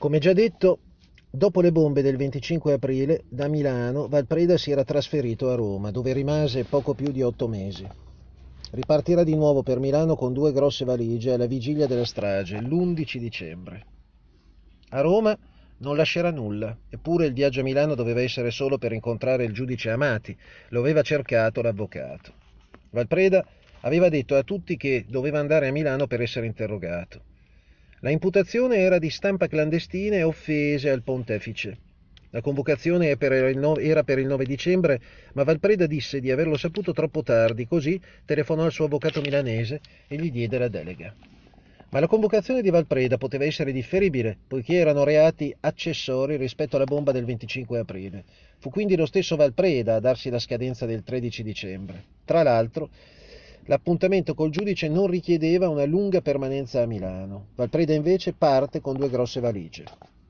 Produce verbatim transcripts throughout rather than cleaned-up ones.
Come già detto, dopo le bombe del venticinque aprile, da Milano, Valpreda si era trasferito a Roma, dove rimase poco più di otto mesi. Ripartirà di nuovo per Milano con due grosse valigie alla vigilia della strage, l'undici dicembre. A Roma non lascerà nulla, eppure il viaggio a Milano doveva essere solo per incontrare il giudice Amati, lo aveva cercato l'avvocato. Valpreda aveva detto a tutti che doveva andare a Milano per essere interrogato. La imputazione era di stampa clandestina e offese al pontefice. La convocazione era per il nove dicembre, ma Valpreda disse di averlo saputo troppo tardi, così telefonò al suo avvocato milanese e gli diede la delega. Ma la convocazione di Valpreda poteva essere differibile, poiché erano reati accessori rispetto alla bomba del venticinque aprile. Fu quindi lo stesso Valpreda a darsi la scadenza del tredici dicembre. Tra l'altro, l'appuntamento col giudice non richiedeva una lunga permanenza a Milano. Valpreda invece parte con due grosse valigie.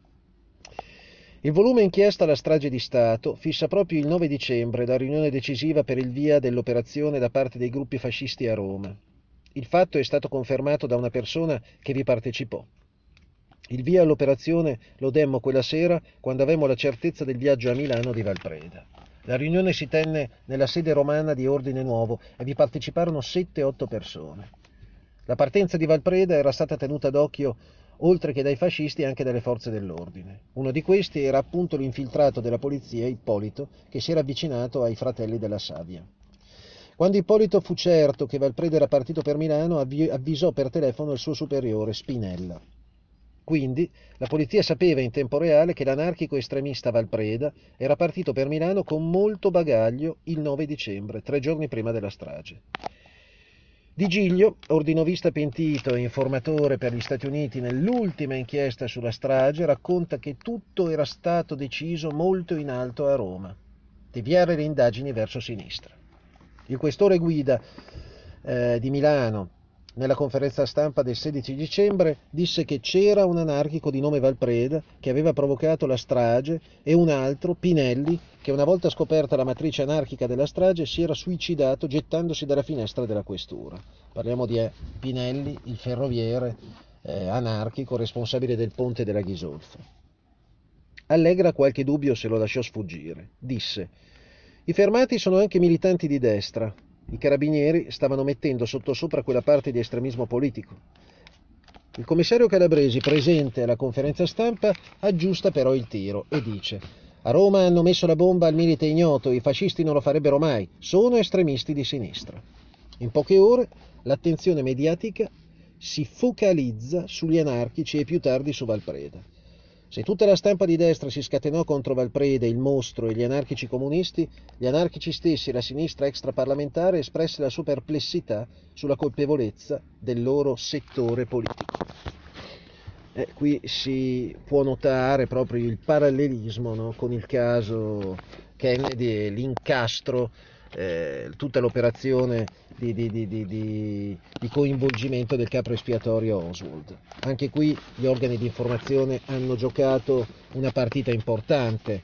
Il volume inchiesta alla strage di Stato fissa proprio il nove dicembre la riunione decisiva per il via dell'operazione da parte dei gruppi fascisti a Roma. Il fatto è stato confermato da una persona che vi partecipò. Il via all'operazione lo demmo quella sera quando avemmo la certezza del viaggio a Milano di Valpreda. La riunione si tenne nella sede romana di Ordine Nuovo e vi parteciparono sette otto persone. La partenza di Valpreda era stata tenuta d'occhio oltre che dai fascisti anche dalle forze dell'ordine. Uno di questi era appunto l'infiltrato della polizia Ippolito, che si era avvicinato ai fratelli della Savia. Quando Ippolito fu certo che Valpreda era partito per Milano, avvisò per telefono il suo superiore, Spinella. Quindi la polizia sapeva in tempo reale che l'anarchico estremista Valpreda era partito per Milano con molto bagaglio il nove dicembre, tre giorni prima della strage. Di Giglio, ordinovista pentito e informatore per gli Stati Uniti nell'ultima inchiesta sulla strage, racconta che tutto era stato deciso molto in alto a Roma, deviare le indagini verso sinistra. Il questore Guida eh, di Milano, nella conferenza stampa del sedici dicembre, disse che c'era un anarchico di nome Valpreda che aveva provocato la strage e un altro, Pinelli, che una volta scoperta la matrice anarchica della strage si era suicidato gettandosi dalla finestra della questura. Parliamo di Pinelli, il ferroviere eh, anarchico responsabile del ponte della Ghisolfa. Allegra qualche dubbio se lo lasciò sfuggire. Disse: i fermati sono anche militanti di destra. I carabinieri stavano mettendo sottosopra quella parte di estremismo politico. Il commissario Calabresi, presente alla conferenza stampa, aggiusta però il tiro e dice: a Roma hanno messo la bomba al milite ignoto, i fascisti non lo farebbero mai, sono estremisti di sinistra. In poche ore l'attenzione mediatica si focalizza sugli anarchici e più tardi su Valpreda. Se tutta la stampa di destra si scatenò contro Valpreda, il mostro e gli anarchici comunisti, gli anarchici stessi e la sinistra extraparlamentare espresse la sua perplessità sulla colpevolezza del loro settore politico. Eh, qui si può notare proprio il parallelismo, no, con il caso Kennedy e l'incastro, eh, tutta l'operazione di, di, di, di, di coinvolgimento del capo espiatorio Oswald. Anche qui gli organi di informazione hanno giocato una partita importante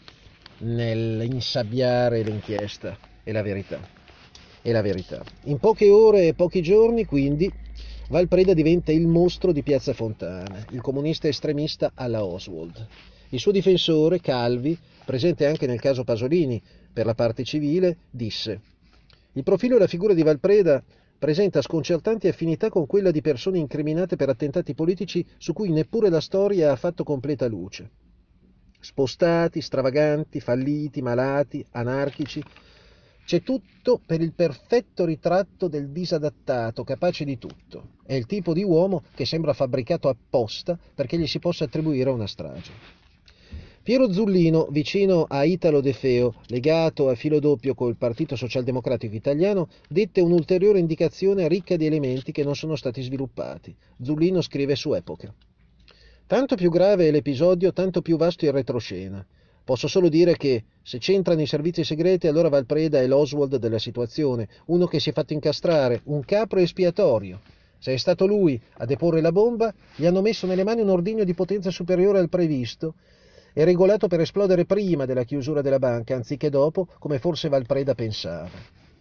nell'insabbiare l'inchiesta e la verità. E la verità. In poche ore e pochi giorni, quindi, Valpreda diventa il mostro di Piazza Fontana, il comunista estremista alla Oswald. Il suo difensore, Calvi, presente anche nel caso Pasolini per la parte civile, disse: il profilo e la figura di Valpreda presenta sconcertanti affinità con quella di persone incriminate per attentati politici su cui neppure la storia ha fatto completa luce. Spostati, stravaganti, falliti, malati, anarchici. C'è tutto per il perfetto ritratto del disadattato, capace di tutto. È il tipo di uomo che sembra fabbricato apposta perché gli si possa attribuire una strage. Piero Zullino, vicino a Italo De Feo, legato a filo doppio col Partito Socialdemocratico Italiano, dette un'ulteriore indicazione ricca di elementi che non sono stati sviluppati. Zullino scrive su Epoca: tanto più grave è l'episodio, tanto più vasto il retroscena. Posso solo dire che, se c'entrano i servizi segreti, allora Valpreda è l'Oswald della situazione, uno che si è fatto incastrare, un capro espiatorio. Se è stato lui a deporre la bomba, gli hanno messo nelle mani un ordigno di potenza superiore al previsto e regolato per esplodere prima della chiusura della banca, anziché dopo, come forse Valpreda pensava.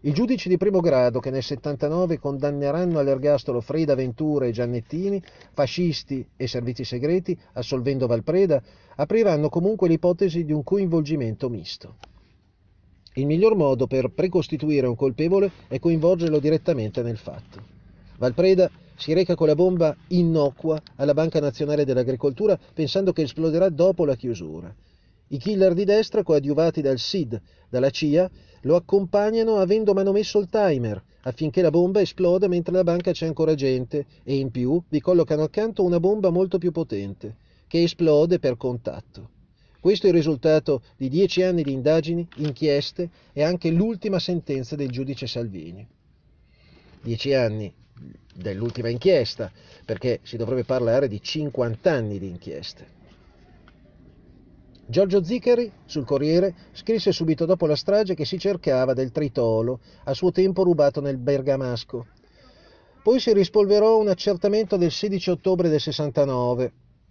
I giudici di primo grado che nel settantanove condanneranno all'ergastolo Freda Ventura e Giannettini, fascisti e servizi segreti, assolvendo Valpreda, apriranno comunque l'ipotesi di un coinvolgimento misto. Il miglior modo per precostituire un colpevole è coinvolgerlo direttamente nel fatto. Valpreda si reca con la bomba innocua alla Banca Nazionale dell'Agricoltura pensando che esploderà dopo la chiusura. I killer di destra, coadiuvati dal S I D, dalla C I A, lo accompagnano avendo manomesso il timer affinché la bomba esploda mentre la banca c'è ancora gente e in più vi collocano accanto una bomba molto più potente, che esplode per contatto. Questo è il risultato di dieci anni di indagini, inchieste e anche l'ultima sentenza del giudice Salvini. Dieci anni dell'ultima inchiesta, perché si dovrebbe parlare di cinquanta anni di inchieste. Giorgio Zicari, sul Corriere, scrisse subito dopo la strage che si cercava del tritolo, a suo tempo rubato nel Bergamasco. Poi si rispolverò un accertamento del sedici ottobre del sessantanove.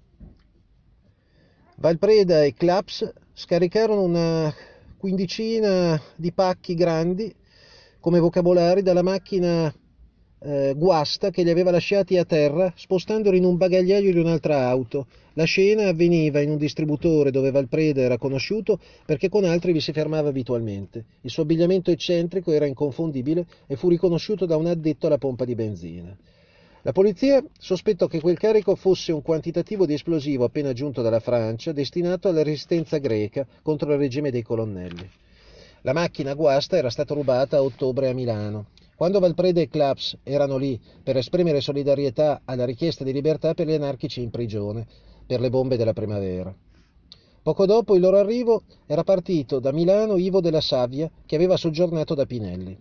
Valpreda e Claps scaricarono una quindicina di pacchi grandi come vocabolari dalla macchina eh, guasta che li aveva lasciati a terra, spostandoli in un bagagliaio di un'altra auto. La scena avveniva in un distributore dove Valpreda era conosciuto perché con altri vi si fermava abitualmente. Il suo abbigliamento eccentrico era inconfondibile e fu riconosciuto da un addetto alla pompa di benzina. La polizia sospettò che quel carico fosse un quantitativo di esplosivo appena giunto dalla Francia destinato alla resistenza greca contro il regime dei colonnelli. La macchina guasta era stata rubata a ottobre a Milano. Quando Valpreda e Claps erano lì per esprimere solidarietà alla richiesta di libertà per gli anarchici in prigione per le bombe della primavera. Poco dopo il loro arrivo era partito da Milano Ivo della Savia, che aveva soggiornato da Pinelli.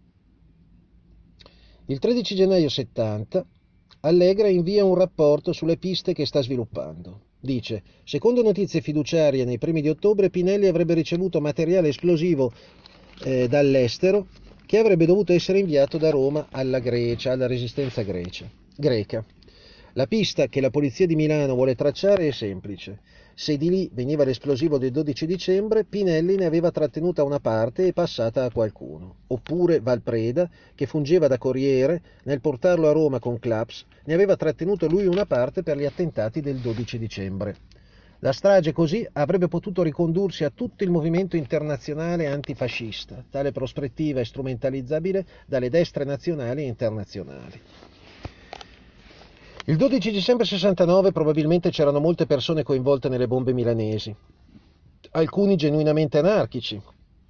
Il tredici gennaio settanta Allegra invia un rapporto sulle piste che sta sviluppando. Dice: secondo notizie fiduciarie, nei primi di ottobre Pinelli avrebbe ricevuto materiale esplosivo eh, dall'estero che avrebbe dovuto essere inviato da Roma alla Grecia, alla resistenza grecia, greca. La pista che la polizia di Milano vuole tracciare è semplice. Se di lì veniva l'esplosivo del dodici dicembre, Pinelli ne aveva trattenuta una parte e passata a qualcuno. Oppure Valpreda, che fungeva da corriere, nel portarlo a Roma con Claps, ne aveva trattenuto lui una parte per gli attentati del dodici dicembre. La strage così avrebbe potuto ricondursi a tutto il movimento internazionale antifascista. Tale prospettiva è strumentalizzabile dalle destre nazionali e internazionali. Il dodici dicembre sessantanove probabilmente c'erano molte persone coinvolte nelle bombe milanesi, alcuni genuinamente anarchici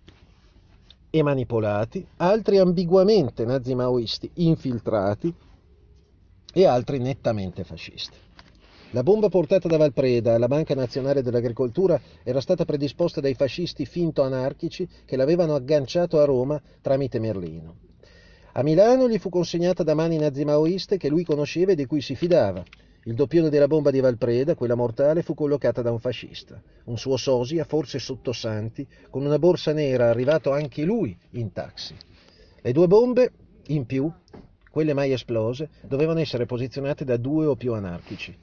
e manipolati, altri ambiguamente nazi-maoisti infiltrati e altri nettamente fascisti. La bomba portata da Valpreda alla Banca Nazionale dell'Agricoltura era stata predisposta dai fascisti finto-anarchici che l'avevano agganciato a Roma tramite Merlino. A Milano gli fu consegnata da mani nazi-maoiste che lui conosceva e di cui si fidava. Il doppione della bomba di Valpreda, quella mortale, fu collocata da un fascista, un suo sosia, forse sottosanti, con una borsa nera, arrivato anche lui in taxi. Le due bombe, in più, quelle mai esplose, dovevano essere posizionate da due o più anarchici.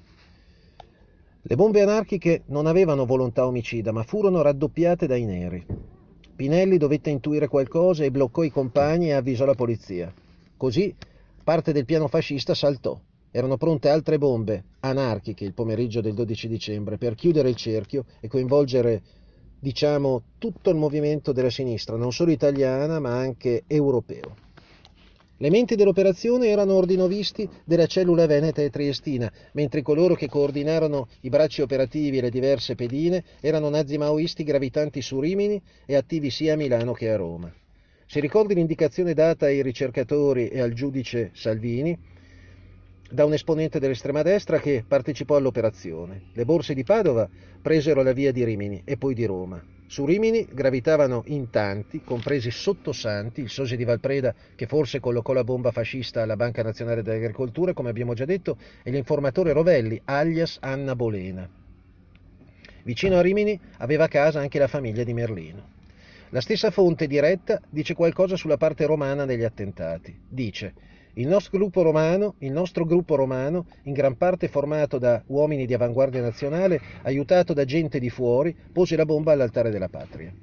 Le bombe anarchiche non avevano volontà omicida, ma furono raddoppiate dai neri. Pinelli dovette intuire qualcosa e bloccò i compagni e avvisò la polizia. Così parte del piano fascista saltò. Erano pronte altre bombe anarchiche il pomeriggio del dodici dicembre per chiudere il cerchio e coinvolgere, diciamo, tutto il movimento della sinistra, non solo italiana ma anche europeo. Le menti dell'operazione erano ordinovisti della cellula veneta e triestina, mentre coloro che coordinarono i bracci operativi e le diverse pedine erano nazi-maoisti gravitanti su Rimini e attivi sia a Milano che a Roma. Si ricordi l'indicazione data ai ricercatori e al giudice Salvini da un esponente dell'estrema destra che partecipò all'operazione. Le borse di Padova presero la via di Rimini e poi di Roma. Su Rimini gravitavano in tanti, compresi Sottosanti, il sosia di Valpreda che forse collocò la bomba fascista alla Banca Nazionale dell'Agricoltura, come abbiamo già detto, e l'informatore Rovelli, alias Anna Bolena. Vicino a Rimini aveva casa anche la famiglia di Merlino. La stessa fonte diretta dice qualcosa sulla parte romana degli attentati. Dice: Il nostro gruppo romano, il nostro gruppo romano, in gran parte formato da uomini di avanguardia nazionale, aiutato da gente di fuori, pose la bomba all'altare della patria.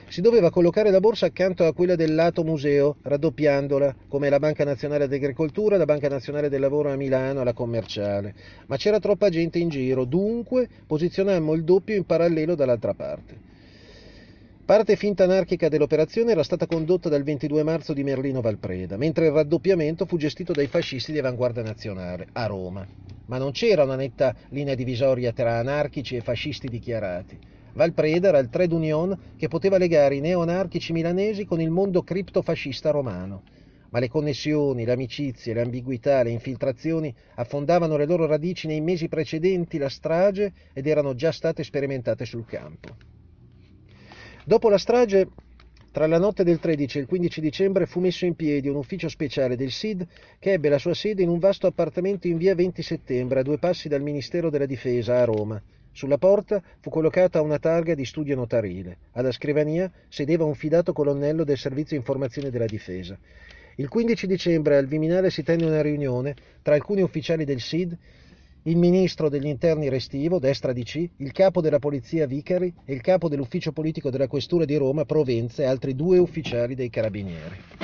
Si doveva collocare la borsa accanto a quella del lato museo, raddoppiandola, come la Banca Nazionale d'Agricoltura e la Banca Nazionale del Lavoro a Milano alla Commerciale. Ma c'era troppa gente in giro, dunque posizionammo il doppio in parallelo dall'altra parte. Parte finta anarchica dell'operazione era stata condotta dal ventidue marzo di Merlino Valpreda, mentre il raddoppiamento fu gestito dai fascisti di Avanguardia Nazionale, a Roma. Ma non c'era una netta linea divisoria tra anarchici e fascisti dichiarati. Valpreda era il trade union che poteva legare i neoanarchici milanesi con il mondo criptofascista romano. Ma le connessioni, le amicizie, le ambiguità, le infiltrazioni affondavano le loro radici nei mesi precedenti la strage ed erano già state sperimentate sul campo. Dopo la strage, tra la notte del tredici e il quindici dicembre fu messo in piedi un ufficio speciale del S I D che ebbe la sua sede in un vasto appartamento in via venti settembre, a due passi dal Ministero della Difesa a Roma. Sulla porta fu collocata una targa di studio notarile. Alla scrivania sedeva un fidato colonnello del Servizio Informazioni della Difesa. Il quindici dicembre al Viminale si tenne una riunione tra alcuni ufficiali del S I D, il ministro degli interni Restivo, destra D C, il capo della polizia Vicari e il capo dell'ufficio politico della questura di Roma, Provenza, e altri due ufficiali dei carabinieri.